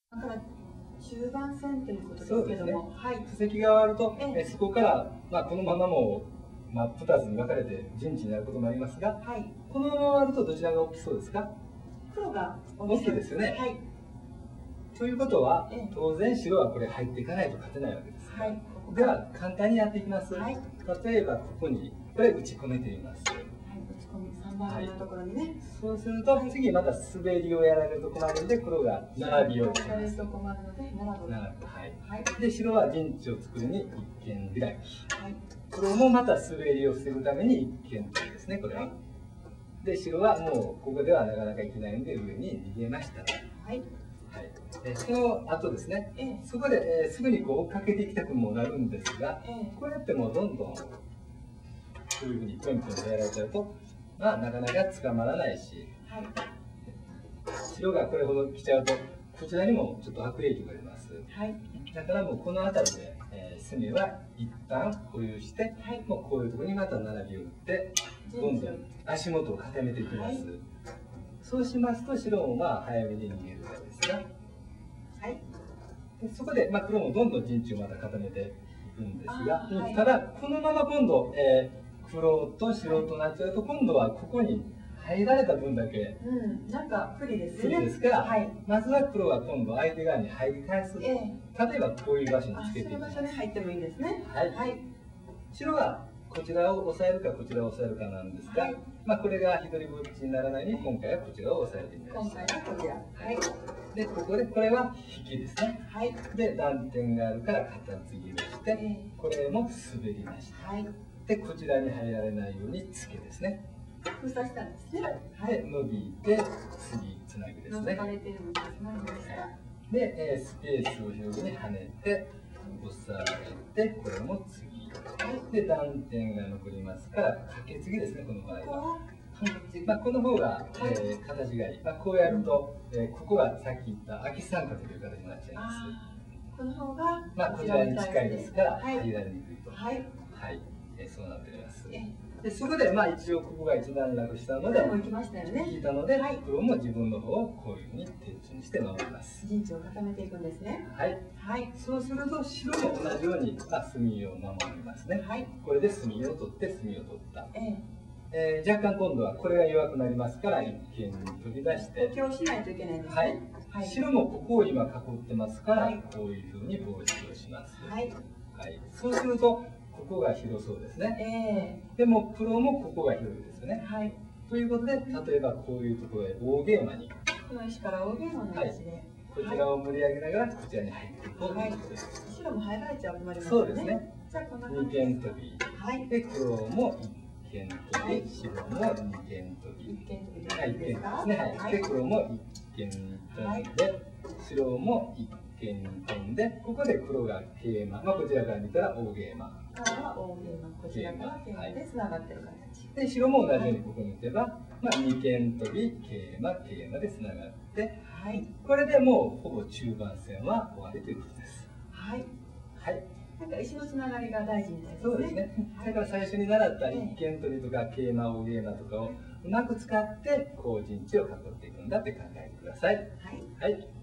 だから中盤戦ということですけども、はい。 布石が終わると、そこから、このままも真っ二つに分かれて陣地になることもありますが、はい、このまま終わるとどちらが大きそうですか？ 黒が大きいですよね。はい。ということは、当然白はこれ入っていかないと勝てないわけです。はい。では簡単にやっていきます。はい。例えばここにこれ打ち込めてみます。はい、 打ち込み3番のところにね。 そうすると次また滑りをやられると困るので黒が並びをします。 並ぶと困るので並ぶ。 はい。で白は陣地を作るに一間開き。はい。黒もまた滑りを防ぐために一間とですねこれは。で白はもうここではなかなかいけないので上に逃げました。はい。はい、その後ですね、そこで、すぐにこう追っかけていきたくもなるんですが、こうやってもうどんどんこういうふうにぴょんぴょんとやられちゃうと、なかなか捕まらないし、はい、白がこれほど来ちゃうとこちらにもちょっと悪影響が出ます。はい、だからもうこの辺りで、隅は一旦保有して、はい、もうこういうところにまた並びを打ってどんどん足元を固めていきます。はい、そうしますと白も早めに逃げるわけですが、はい、でそこで黒もどんどん陣地をまた固めていくんですが、はい、ただこのまま今度、黒と白となっちゃうと今度はここに入られた分だけ、 なんか不利ですね。不利ですから、はい、まずは黒は今度相手側に入り返す、例えばこういう場所につけていきます。 そういう場所に入ってもいいんですね。 はい、はい、白はこちらを押さえるかこちらを押さえるかなんですが、はい、これが一人ぼっちにならないように今回はこちらを押さえてみました。 今回はこちら。はい。 でここでこれは引きですね。はい。で断点があるから肩継ぎをして、これも滑りました。はい。でこちらに入られないようにつけですね。 封鎖したんですね。 はい。で伸びて次つなぐですね。 覗かれているのでつなぎました。 でスペースを広げに跳ねて押さえてこれも次。で断点が残りますから掛け継ぎですねこの場合は。この方が、形がいい。こうやると、ここがさっき言った空き三角という形になっちゃいます。 この方がこちらに近いですから入られにくいと。はい。はい。そうなっております。でそこで一応ここが一段落したので引いたので黒も自分の方をこういうふうに鉄柱にして守ります。 陣地を固めていくんですね。 はい。はい。そうすると白も同じように隅を守りますね。はい。これで隅を取って隅を取った。若干今度はこれが弱くなりますから一見に取り出して補強しないといけないんですね。はい。白もここを今囲ってますから、こういうふうに防止をします。はい。はい。そうするとここが広そうですね。でも黒もここが広いですよね。はい。ということで例えばこういうところへ大ゲイマにこの石から大ゲイマの位置で、 こちらを盛り上げながらこちらに入っていこうということです。 白も入られちゃうと困りますよね。そうですね。 じゃあこんな感じ二間飛び。はい。で黒も一間飛び、白も二間飛び。 一間飛びで一間ですね。はい。で黒も一間に飛んで、白も一間に飛んで、ここで黒が桂馬。こちらから見たら大桂馬。 大桂馬、こちらから桂馬で繋がってる形。 で白も同じようにここに打てば、二間飛び、桂馬、桂馬で繋がって、はい。これでもうほぼ中盤戦は終わりということです。はい。はい。 なんか石のつながりが大事みたいですね。 そうですね。だから最初に習った一間取りとか桂馬、大桂馬とかをうまく使ってこう陣地を囲っていくんだって考えてください。はい。はい。